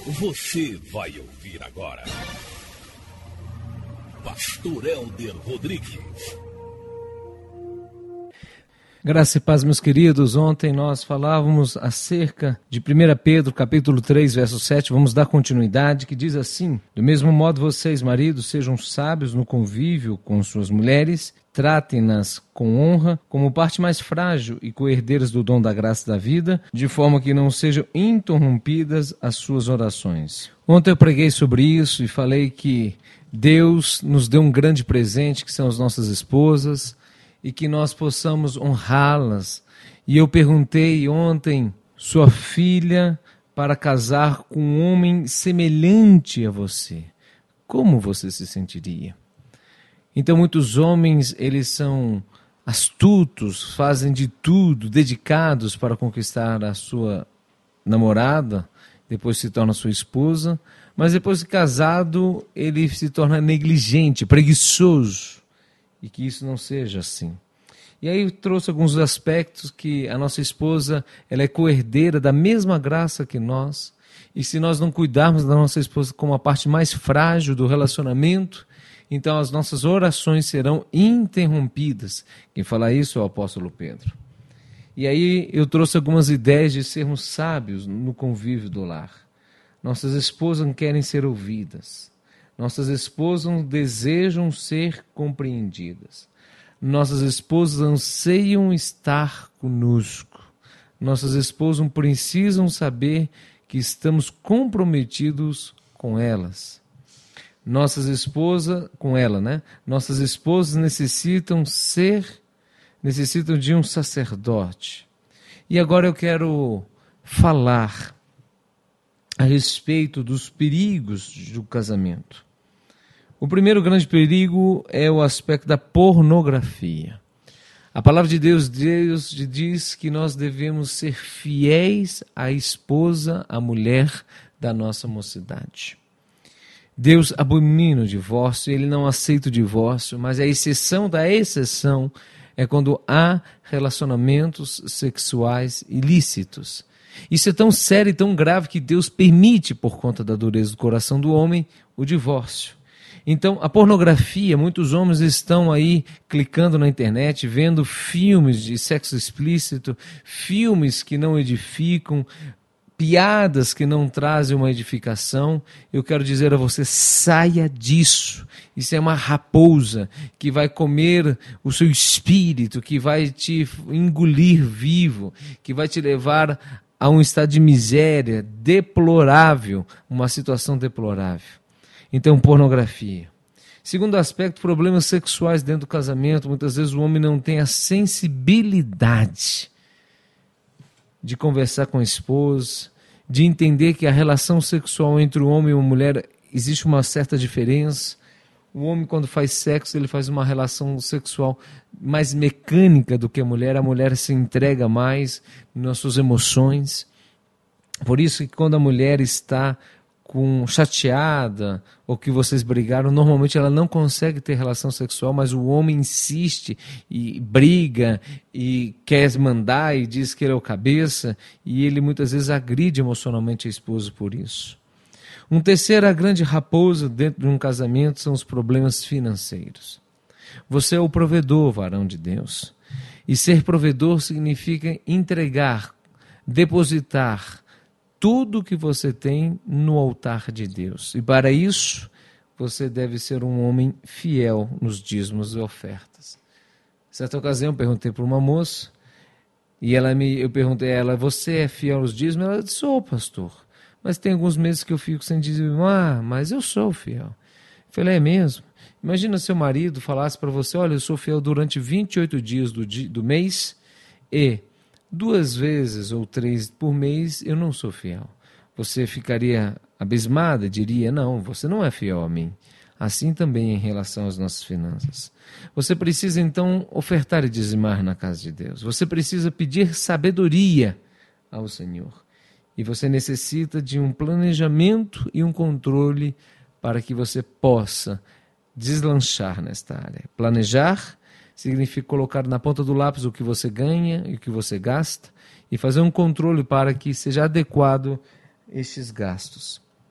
Você vai ouvir agora Pastor Elder Rodrigues. Graça e paz, meus queridos. Ontem nós falávamos acerca de 1 Pedro, capítulo 3, verso 7. Vamos dar continuidade, que diz assim: do mesmo modo vocês, maridos, sejam sábios no convívio com suas mulheres, tratem-nas com honra, como parte mais frágil e co-herdeiras do dom da graça da vida, de forma que não sejam interrompidas as suas orações. Ontem eu preguei sobre isso e falei que Deus nos deu um grande presente, que são as nossas esposas, e que nós possamos honrá-las. E eu perguntei ontem, sua filha para casar com um homem semelhante a você, como você se sentiria? Então muitos homens, eles são astutos, fazem de tudo, dedicados para conquistar a sua namorada, depois se torna sua esposa, mas depois de casado, ele se torna negligente, preguiçoso. E que isso não seja assim. E aí eu trouxe alguns aspectos que a nossa esposa, ela é co-herdeira da mesma graça que nós. E se nós não cuidarmos da nossa esposa como a parte mais frágil do relacionamento, então as nossas orações serão interrompidas. Quem fala isso é o apóstolo Pedro. E aí eu trouxe algumas ideias de sermos sábios no convívio do lar. Nossas esposas querem ser ouvidas. Nossas esposas desejam ser compreendidas. Nossas esposas anseiam estar conosco. Nossas esposas precisam saber que estamos comprometidos com elas. Nossas esposas necessitam de um sacerdote. E agora eu quero falar a respeito dos perigos do casamento. O primeiro grande perigo é o aspecto da pornografia. A palavra de Deus diz que nós devemos ser fiéis à esposa, à mulher da nossa mocidade. Deus abomina o divórcio, Ele não aceita o divórcio, mas a exceção da exceção é quando há relacionamentos sexuais ilícitos. Isso é tão sério e tão grave que Deus permite, por conta da dureza do coração do homem, o divórcio. Então, a pornografia, muitos homens estão aí clicando na internet, vendo filmes de sexo explícito, filmes que não edificam, piadas que não trazem uma edificação. Eu quero dizer a você, saia disso. Isso é uma raposa que vai comer o seu espírito, que vai te engolir vivo, que vai te levar a um estado de miséria deplorável, uma situação deplorável. Então, pornografia. Segundo aspecto, problemas sexuais dentro do casamento. Muitas vezes o homem não tem a sensibilidade de conversar com a esposa, de entender que a relação sexual entre o homem e a mulher existe uma certa diferença. O homem, quando faz sexo, ele faz uma relação sexual mais mecânica do que a mulher se entrega mais nas suas emoções. Por isso que quando a mulher está chateada ou que vocês brigaram, normalmente ela não consegue ter relação sexual, mas o homem insiste e briga e quer mandar e diz que ele é o cabeça, e ele muitas vezes agride emocionalmente a esposa por isso. Terceira grande raposa dentro de um casamento são os problemas financeiros. Você é o provedor, varão de Deus. E ser provedor significa entregar, depositar tudo o que você tem no altar de Deus. E para isso, você deve ser um homem fiel nos dízimos e ofertas. Certa ocasião, eu perguntei para uma moça, e eu perguntei a ela, você é fiel aos dízimos? Ela disse, sou, pastor. Mas tem alguns meses que eu fico sem dízimo. Mas eu sou fiel. Eu falei, é mesmo? Imagina seu marido falasse para você, olha, eu sou fiel durante 28 dias do mês e 2 vezes ou 3 por mês eu não sou fiel. Você ficaria abismada, diria, não, você não é fiel a mim. Assim também em relação às nossas finanças. Você precisa então ofertar e dizimar na casa de Deus. Você precisa pedir sabedoria ao Senhor. E você necessita de um planejamento e um controle para que você possa deslanchar nesta área. Planejar significa colocar na ponta do lápis o que você ganha e o que você gasta e fazer um controle para que seja adequado estes gastos.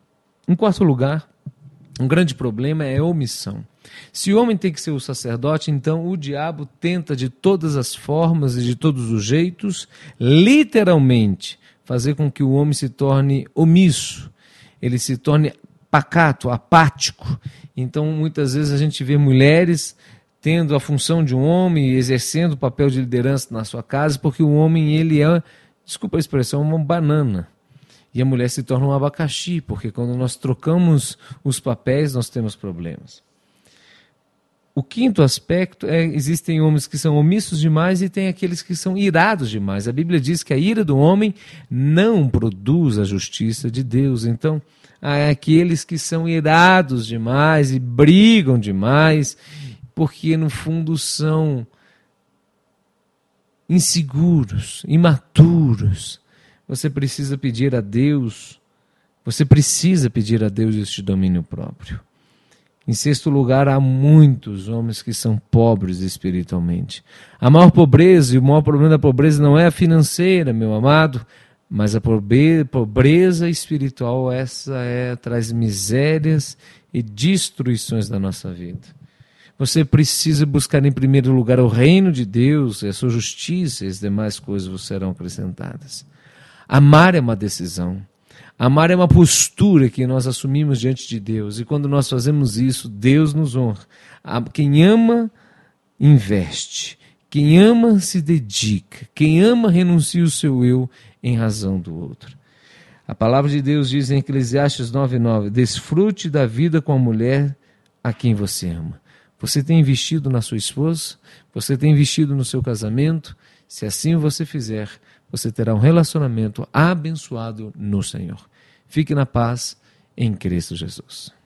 Em quarto lugar, um grande problema é a omissão. Se o homem tem que ser o sacerdote, então o diabo tenta de todas as formas e de todos os jeitos, literalmente, fazer com que o homem se torne omisso, ele se torne pacato, apático. Então, muitas vezes a gente vê mulheres tendo a função de um homem, exercendo o papel de liderança na sua casa, porque o homem, ele é, desculpa a expressão, uma banana. E a mulher se torna um abacaxi, porque quando nós trocamos os papéis, nós temos problemas. O quinto aspecto é, existem homens que são omissos demais e tem aqueles que são irados demais. A Bíblia diz que a ira do homem não produz a justiça de Deus. Então, há aqueles que são irados demais e brigam demais, porque no fundo são inseguros, imaturos. Você precisa pedir a Deus este domínio próprio. Em sexto lugar, há muitos homens que são pobres espiritualmente. A maior pobreza e o maior problema da pobreza não é a financeira, meu amado, mas a pobreza espiritual, traz misérias e destruições na nossa vida. Você precisa buscar em primeiro lugar o reino de Deus, e a sua justiça, e as demais coisas vos serão acrescentadas. Amar é uma decisão. Amar é uma postura que nós assumimos diante de Deus. E quando nós fazemos isso, Deus nos honra. Quem ama, investe. Quem ama, se dedica. Quem ama, renuncia o seu eu em razão do outro. A palavra de Deus diz em Eclesiastes 9:9: desfrute da vida com a mulher a quem você ama. Você tem investido na sua esposa? Você tem investido no seu casamento? Se assim você fizer, você terá um relacionamento abençoado no Senhor. Fique na paz em Cristo Jesus.